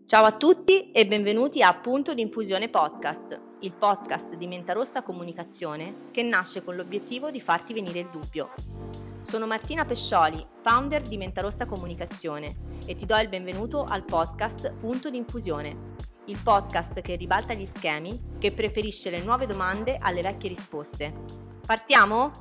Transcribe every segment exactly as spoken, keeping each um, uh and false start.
Ciao a tutti e benvenuti a Punto di Infusione Podcast, il podcast di Mentarossa Comunicazione che nasce con l'obiettivo di farti venire il dubbio. Sono Martina Pescioli, founder di Mentarossa Comunicazione e ti do il benvenuto al podcast Punto di Infusione, il podcast che ribalta gli schemi, che preferisce le nuove domande alle vecchie risposte. Partiamo?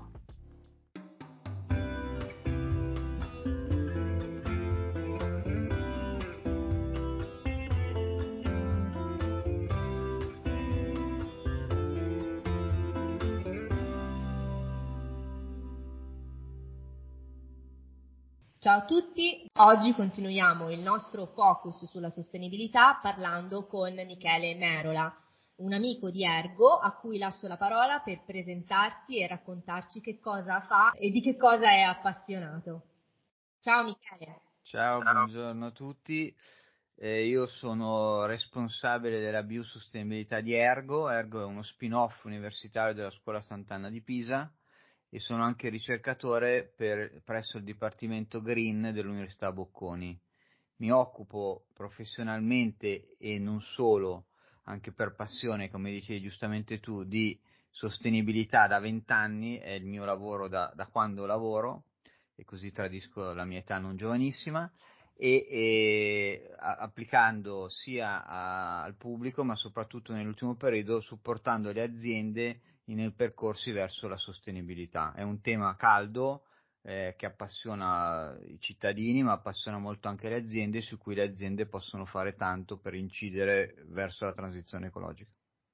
Ciao a tutti, oggi continuiamo il nostro focus sulla sostenibilità parlando con Michele Merola, un amico di Ergo a cui lascio la parola per presentarsi e raccontarci che cosa fa e di che cosa è appassionato. Ciao Michele. Ciao, buongiorno a tutti. Eh, io sono responsabile della biosostenibilità di Ergo. Ergo è uno spin-off universitario della Scuola Sant'Anna di Pisa e sono anche ricercatore per- presso il Dipartimento Green dell'Università Bocconi. Mi occupo professionalmente e non solo, anche per passione, come dicevi giustamente tu, di sostenibilità da vent'anni, è il mio lavoro da, da quando lavoro, e così tradisco la mia età non giovanissima, e, e a, applicando sia a, al pubblico, ma soprattutto nell'ultimo periodo, supportando le aziende nei percorsi verso la sostenibilità. È un tema caldo eh, che appassiona i cittadini, ma appassiona molto anche le aziende, su cui le aziende possono fare tanto per incidere verso la transizione ecologica.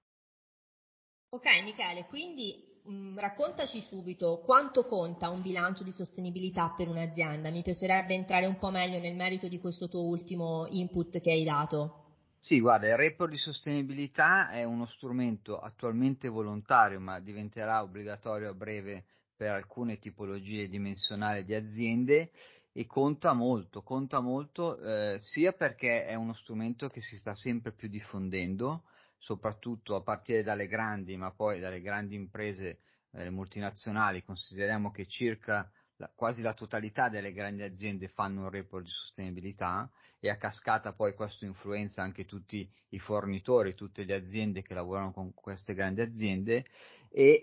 Ok Michele, quindi mh, raccontaci subito quanto conta un bilancio di sostenibilità per un'azienda. Mi piacerebbe entrare un po' meglio nel merito di questo tuo ultimo input che hai dato. Sì, guarda, il report di sostenibilità è uno strumento attualmente volontario, ma diventerà obbligatorio a breve per alcune tipologie dimensionali di aziende e conta molto, conta molto eh, sia perché è uno strumento che si sta sempre più diffondendo, soprattutto a partire dalle grandi, ma poi dalle grandi imprese eh, multinazionali. Consideriamo che circa la, quasi la totalità delle grandi aziende fanno un report di sostenibilità e a cascata poi questo influenza anche tutti i fornitori, tutte le aziende che lavorano con queste grandi aziende e,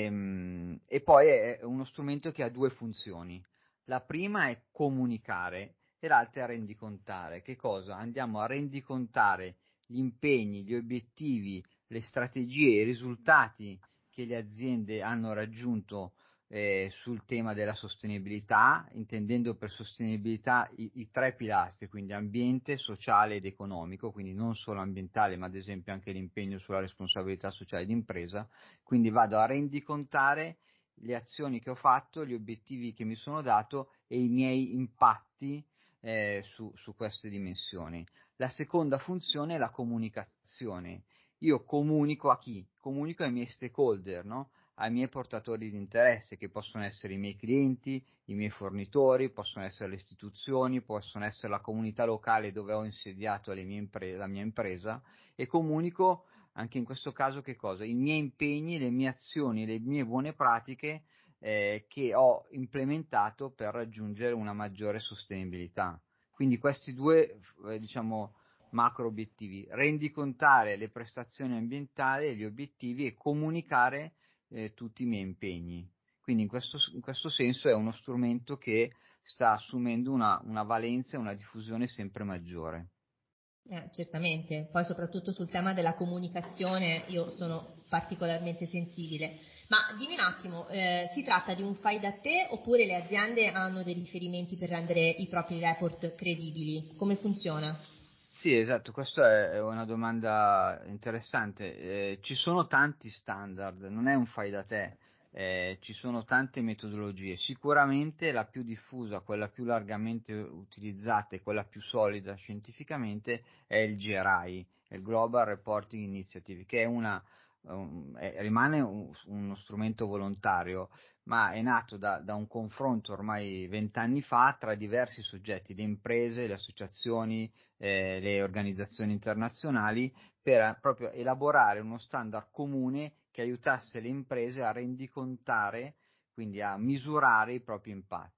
e, e poi è uno strumento che ha due funzioni. La prima è comunicare e l'altra è rendicontare. Che cosa? Andiamo a rendicontare gli impegni, gli obiettivi, le strategie, i risultati che le aziende hanno raggiunto eh, sul tema della sostenibilità, intendendo per sostenibilità i, i tre pilastri, quindi ambiente, sociale ed economico, quindi non solo ambientale, ma ad esempio anche l'impegno sulla responsabilità sociale d'impresa. Quindi vado a rendicontare le azioni che ho fatto, gli obiettivi che mi sono dato e i miei impatti eh, su, su queste dimensioni. La seconda funzione è la comunicazione. Io comunico a chi? Comunico ai miei stakeholder, no? Ai miei portatori di interesse, che possono essere i miei clienti, i miei fornitori, possono essere le istituzioni, possono essere la comunità locale dove ho insediato le mie impre- la mia impresa, e comunico anche in questo caso che cosa? I miei impegni, le mie azioni, le mie buone pratiche eh, che ho implementato per raggiungere una maggiore sostenibilità. Quindi questi due, eh, diciamo, macro obiettivi: rendicontare le prestazioni ambientali e gli obiettivi e comunicare eh, tutti i miei impegni. Quindi in questo, in questo senso è uno strumento che sta assumendo una, una valenza e una diffusione sempre maggiore. Eh, certamente, poi soprattutto sul tema della comunicazione io sono particolarmente sensibile. Ma dimmi un attimo, eh, si tratta di un fai da te oppure le aziende hanno dei riferimenti per rendere i propri report credibili? Come funziona? Sì, esatto, questa è una domanda interessante. Eh, ci sono tanti standard, non è un fai da te, eh, ci sono tante metodologie. Sicuramente la più diffusa, quella più largamente utilizzata e quella più solida scientificamente è il G R I, il Global Reporting Initiative, che è una, um, è- rimane un- uno strumento volontario, ma è nato da, da un confronto ormai vent'anni fa tra diversi soggetti, le imprese, le associazioni, eh, le organizzazioni internazionali, per proprio elaborare uno standard comune che aiutasse le imprese a rendicontare, quindi a misurare i propri impatti.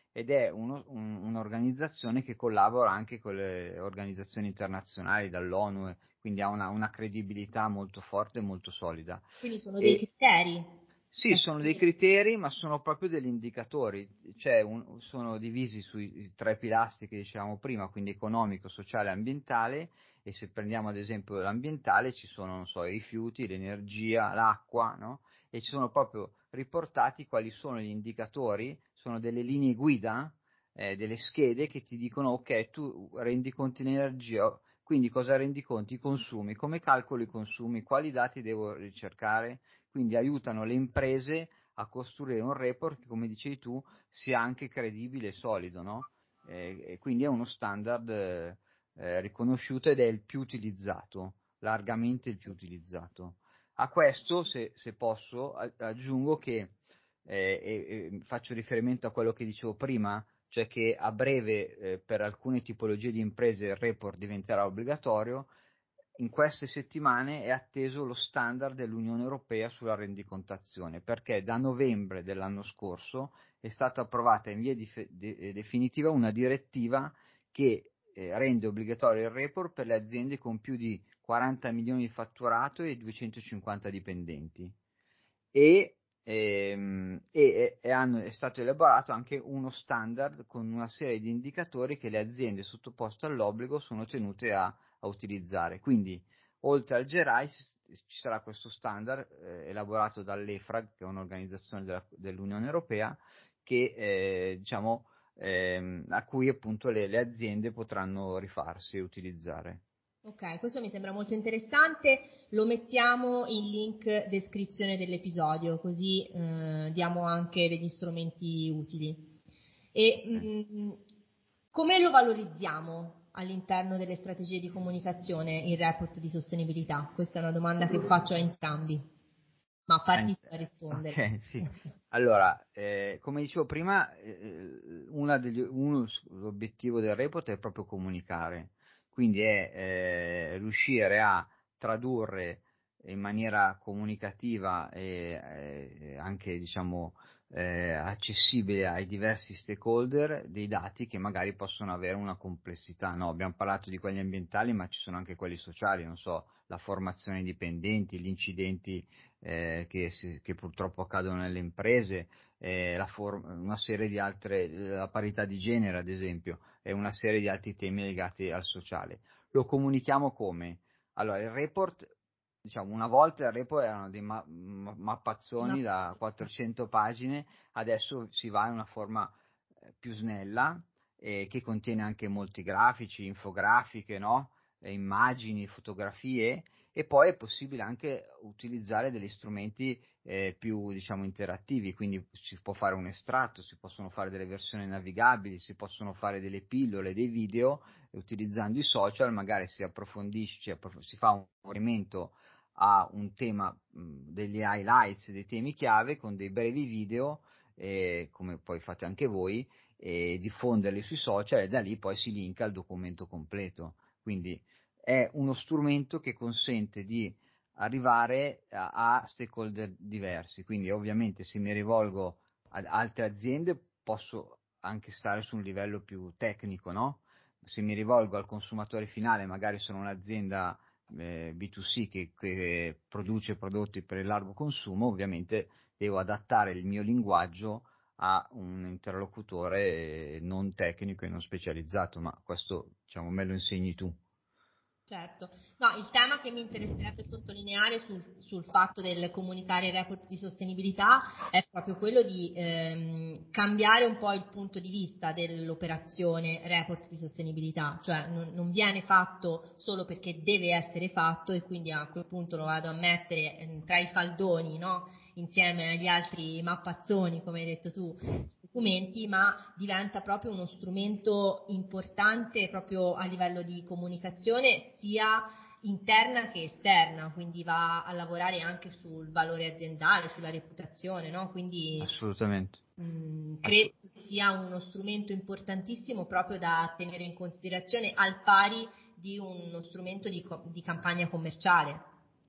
ed è uno, un, un'organizzazione che collabora anche con le organizzazioni internazionali, dall'ONU, quindi ha una, una credibilità molto forte e molto solida. Quindi sono dei E, criteri. sì, sono dei criteri, ma sono proprio degli indicatori, cioè un, sono divisi sui tre pilastri che dicevamo prima, quindi economico, sociale e ambientale, e se prendiamo ad esempio l'ambientale ci sono, non so, i rifiuti, l'energia, l'acqua, no? E ci sono proprio riportati quali sono gli indicatori, sono delle linee guida, eh, delle schede che ti dicono, ok, tu rendi conti di energia, quindi cosa rendi conti? I consumi, come calcolo i consumi, quali dati devo ricercare? Quindi aiutano le imprese a costruire un report che, come dicevi tu, sia anche credibile e solido, no? E, e quindi è uno standard eh, eh, riconosciuto ed è il più utilizzato, largamente il più utilizzato. A questo, se, se posso, aggiungo che eh, e, e faccio riferimento a quello che dicevo prima, cioè che a breve eh, per alcune tipologie di imprese il report diventerà obbligatorio. In queste settimane è atteso lo standard dell'Unione Europea sulla rendicontazione, perché da novembre dell'anno scorso è stata approvata in via dif- de- definitiva una direttiva che eh, rende obbligatorio il report per le aziende con più di quaranta milioni di fatturato e duecentocinquanta dipendenti. E, ehm, e, e hanno, è stato elaborato anche uno standard con una serie di indicatori che le aziende sottoposte all'obbligo sono tenute a a utilizzare. Quindi, oltre al G E R A I, ci sarà questo standard eh, elaborato dall'EFRAG, che è un'organizzazione della, dell'Unione Europea, che, eh, diciamo, ehm, a cui appunto le, le aziende potranno rifarsi e utilizzare. Ok, questo mi sembra molto interessante, lo mettiamo in link descrizione dell'episodio, così eh, diamo anche degli strumenti utili. E Okay. mh, come lo valorizziamo all'interno delle strategie di comunicazione il report di sostenibilità? Questa è una domanda che faccio a entrambi, ma a Ah, farti in- a rispondere. Ok, sì. Allora, eh, come dicevo prima, eh, una degli, uno, l'obiettivo del report è proprio comunicare, quindi è eh, riuscire a tradurre in maniera comunicativa e eh, anche, diciamo, eh, accessibile ai diversi stakeholder dei dati che magari possono avere una complessità, no? Abbiamo parlato di quelli ambientali, ma ci sono anche quelli sociali, non so, la formazione dei dipendenti, gli incidenti eh, che, si, che purtroppo accadono nelle imprese, eh, la for- una serie di altre, la parità di genere ad esempio, e una serie di altri temi legati al sociale. Lo comunichiamo come? Allora, il report, diciamo, una volta il report erano dei ma- ma- mappazzoni da quattrocento pagine, adesso si va in una forma eh, più snella, eh, che contiene anche molti grafici, infografiche, no? E immagini, fotografie, e poi è possibile anche utilizzare degli strumenti eh, più, diciamo, interattivi, quindi si può fare un estratto, si possono fare delle versioni navigabili, si possono fare delle pillole, dei video, e utilizzando i social magari si approfondisce, si, approf- si fa un riferimento a un tema, mh, degli highlights, dei temi chiave con dei brevi video, eh, come poi fate anche voi, e diffonderli sui social, e da lì poi si linka al documento completo. Quindi è uno strumento che consente di arrivare a, a stakeholder diversi, quindi ovviamente se mi rivolgo ad altre aziende posso anche stare su un livello più tecnico, no? Se mi rivolgo al consumatore finale, magari sono un'azienda eh, B due C che, che produce prodotti per il largo consumo, ovviamente devo adattare il mio linguaggio a un interlocutore eh, non tecnico e non specializzato, ma questo, diciamo, me lo insegni tu. Certo, no, il tema che mi interesserebbe sottolineare sul, sul fatto del comunicare il report di sostenibilità è proprio quello di ehm, cambiare un po' il punto di vista dell'operazione report di sostenibilità, cioè non, non viene fatto solo perché deve essere fatto e quindi a quel punto lo vado a mettere ehm, tra i faldoni, no? Insieme agli altri mappazzoni, come hai detto tu, documenti, ma diventa proprio uno strumento importante proprio a livello di comunicazione sia interna che esterna, quindi va a lavorare anche sul valore aziendale, sulla reputazione, no? Quindi Assolutamente. mh, credo Assu- che sia uno strumento importantissimo proprio da tenere in considerazione al pari di uno strumento di, co- di campagna commerciale.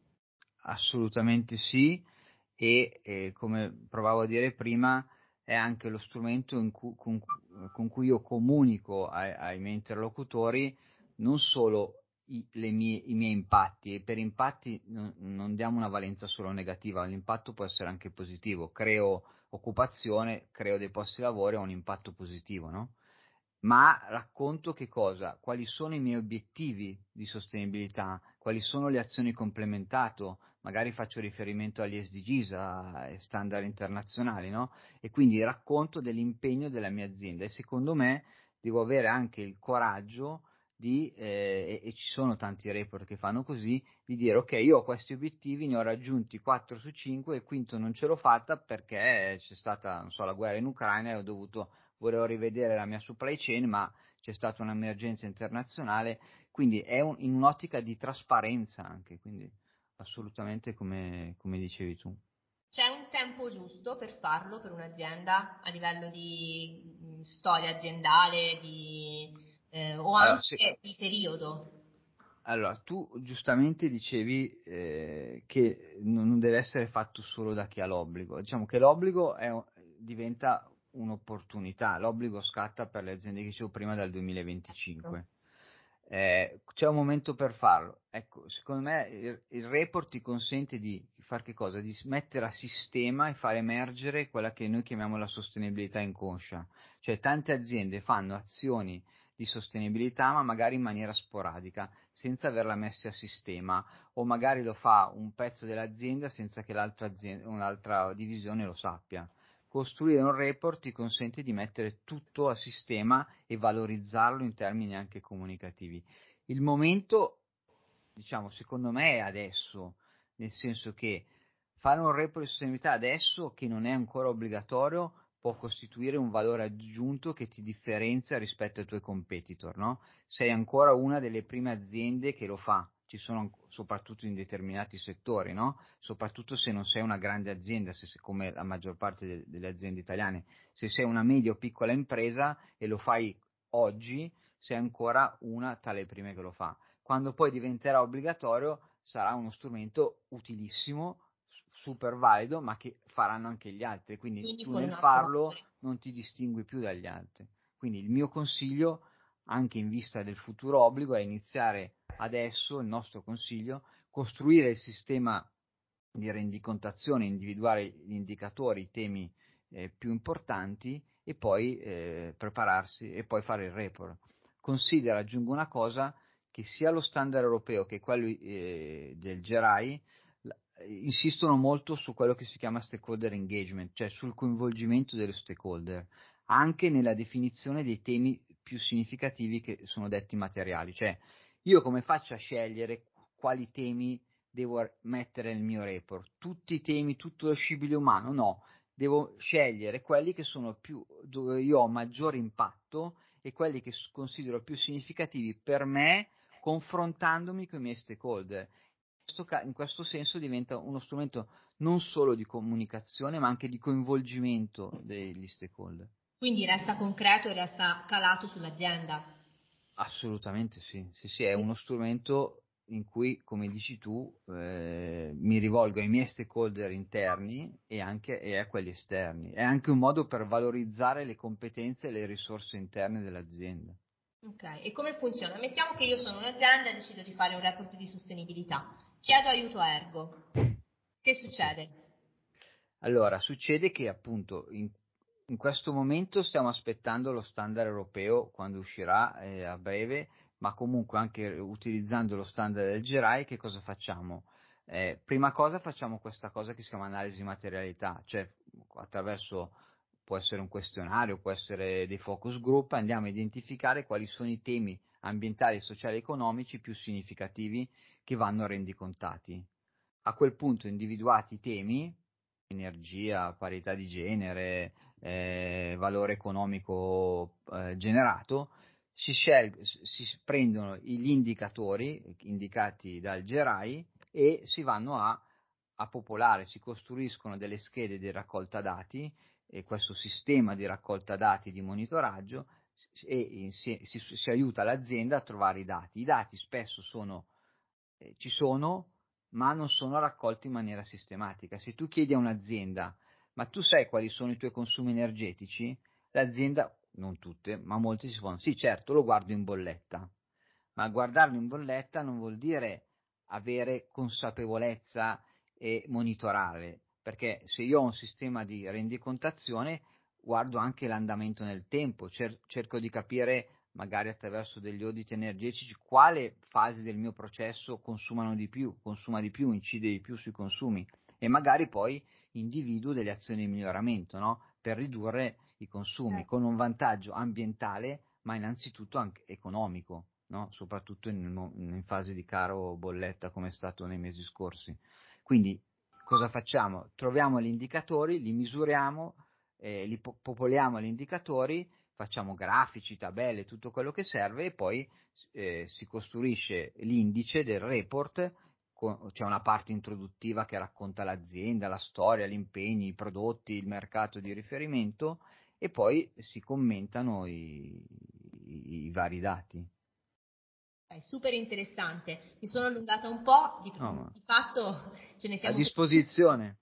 Assolutamente sì, e eh, come provavo a dire prima, è anche lo strumento in cui, con- con cui io comunico ai, ai miei interlocutori non solo i, le mie, i miei impatti, e per impatti non, non diamo una valenza solo negativa, l'impatto può essere anche positivo, creo occupazione, creo dei posti di lavoro, ho un impatto positivo, no? Ma racconto che cosa? Quali sono i miei obiettivi di sostenibilità, quali sono le azioni complementato, magari faccio riferimento agli S D Gs, a standard internazionali, no? E quindi racconto dell'impegno della mia azienda e secondo me devo avere anche il coraggio di, eh, e, e ci sono tanti report che fanno così, di dire ok, io ho questi obiettivi, ne ho raggiunti quattro su cinque e il quinto non ce l'ho fatta perché c'è stata, non so, la guerra in Ucraina e ho dovuto volevo rivedere la mia supply chain, ma c'è stata un'emergenza internazionale, quindi è un, in un'ottica di trasparenza anche, quindi assolutamente come, come dicevi tu. C'è un tempo giusto per farlo per un'azienda a livello di mh, storia aziendale di, eh, o Allora, anche se, di periodo? allora, tu giustamente dicevi eh, che non, non deve essere fatto solo da chi ha l'obbligo, diciamo che l'obbligo è, diventa un'opportunità, l'obbligo scatta per le aziende che dicevo prima dal duemilaventicinque. Eh, c'è un momento per farlo. Ecco, secondo me il, il report ti consente di fare che cosa? Di mettere a sistema e far emergere quella che noi chiamiamo la sostenibilità inconscia. Cioè tante aziende fanno azioni di sostenibilità ma magari in maniera sporadica, senza averla messa a sistema, o magari lo fa un pezzo dell'azienda senza che l'altra azienda, un'altra divisione lo sappia. Costruire un report ti consente di mettere tutto a sistema e valorizzarlo in termini anche comunicativi. Il momento, diciamo, secondo me è adesso, nel senso che fare un report di sostenibilità adesso, che non è ancora obbligatorio, può costituire un valore aggiunto che ti differenzia rispetto ai tuoi competitor, no? Sei ancora una delle prime aziende che lo fa, ci sono soprattutto in determinati settori, no? Soprattutto se non sei una grande azienda, se, come la maggior parte de, delle aziende italiane, se sei una media o piccola impresa e lo fai oggi, sei ancora una tra le prime che lo fa. Quando poi diventerà obbligatorio sarà uno strumento utilissimo, super valido, ma che faranno anche gli altri, quindi Quindi tu con un nel altro farlo valore. non ti distingui più dagli altri. Quindi il mio consiglio, anche in vista del futuro obbligo, è iniziare adesso, il nostro consiglio, costruire il sistema di rendicontazione, individuare gli indicatori, i temi eh, più importanti e poi eh, prepararsi e poi fare il report. Considera, aggiungo una cosa, che sia lo standard europeo che quello eh, del G R I insistono molto su quello che si chiama stakeholder engagement, cioè sul coinvolgimento dello stakeholder, anche nella definizione dei temi più significativi che sono detti materiali. Cioè, io come faccio a scegliere quali temi devo mettere nel mio report? Tutti i temi, tutto lo scibile umano? No, devo scegliere quelli che sono più, dove io ho maggiore impatto e quelli che considero più significativi per me confrontandomi con i miei stakeholder. In questo senso diventa uno strumento non solo di comunicazione ma anche di coinvolgimento degli stakeholder. Quindi resta concreto e resta calato sull'azienda. Assolutamente sì, sì, sì, è uno strumento in cui, come dici tu, eh, mi rivolgo ai miei stakeholder interni e anche e a quelli esterni. È anche un modo per valorizzare le competenze e le risorse interne dell'azienda. Ok, e come funziona? Mettiamo che io sono un'azienda e decido di fare un report di sostenibilità. Chiedo aiuto a Ergo. Che Ok. succede? Allora, succede che appunto in, in questo momento stiamo aspettando lo standard europeo quando uscirà eh, a breve, ma comunque anche utilizzando lo standard del G R I, che cosa facciamo? Eh, prima cosa facciamo questa cosa che si chiama analisi di materialità, cioè attraverso, può essere un questionario, può essere dei focus group, andiamo a identificare quali sono i temi ambientali, sociali e economici più significativi che vanno rendicontati. A quel punto, individuati i temi, energia, parità di genere, eh, valore economico eh, generato, si, scel- si prendono gli indicatori indicati dal G R I e si vanno a, a popolare, si costruiscono delle schede di raccolta dati e questo sistema di raccolta dati di monitoraggio e insie- si, si aiuta l'azienda a trovare i dati. I dati spesso sono, eh, ci sono, ma non sono raccolti in maniera sistematica. Se tu chiedi a un'azienda, ma tu sai quali sono i tuoi consumi energetici? L'azienda non tutte, ma molte si fanno, sì certo lo guardo in bolletta, ma guardarlo in bolletta non vuol dire avere consapevolezza e monitorare, perché se io ho un sistema di rendicontazione guardo anche l'andamento nel tempo, cer- cerco di capire magari attraverso degli audit energetici quale fase del mio processo consumano di più, consuma di più, incide di più sui consumi e magari poi individuo delle azioni di miglioramento, no? Per ridurre i consumi, con un vantaggio ambientale, ma innanzitutto anche economico, no? Soprattutto in, in fase di caro bolletta come è stato nei mesi scorsi. Quindi cosa facciamo? Troviamo gli indicatori, li misuriamo, eh, li po- popoliamo gli indicatori, facciamo grafici, tabelle, tutto quello che serve e poi eh, si costruisce l'indice del report. C'è una parte introduttiva che racconta l'azienda, la storia, gli impegni, i prodotti, il mercato di riferimento e poi si commentano i, i, i vari dati. È super interessante, mi sono allungata un po', di, No, di fatto ce ne a siamo disposizione.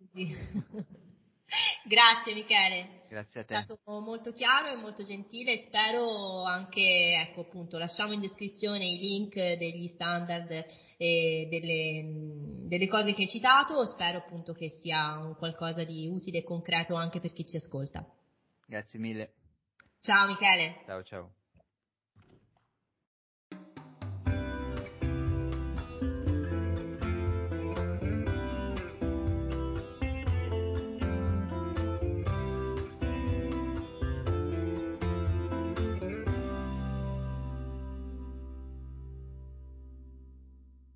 Grazie Michele, Grazie a è te. stato molto chiaro e molto gentile, spero anche, ecco appunto, lasciamo in descrizione i link degli standard e delle, delle cose che hai citato, spero appunto che sia un qualcosa di utile e concreto anche per chi ci ascolta. Grazie mille. Ciao Michele. Ciao ciao.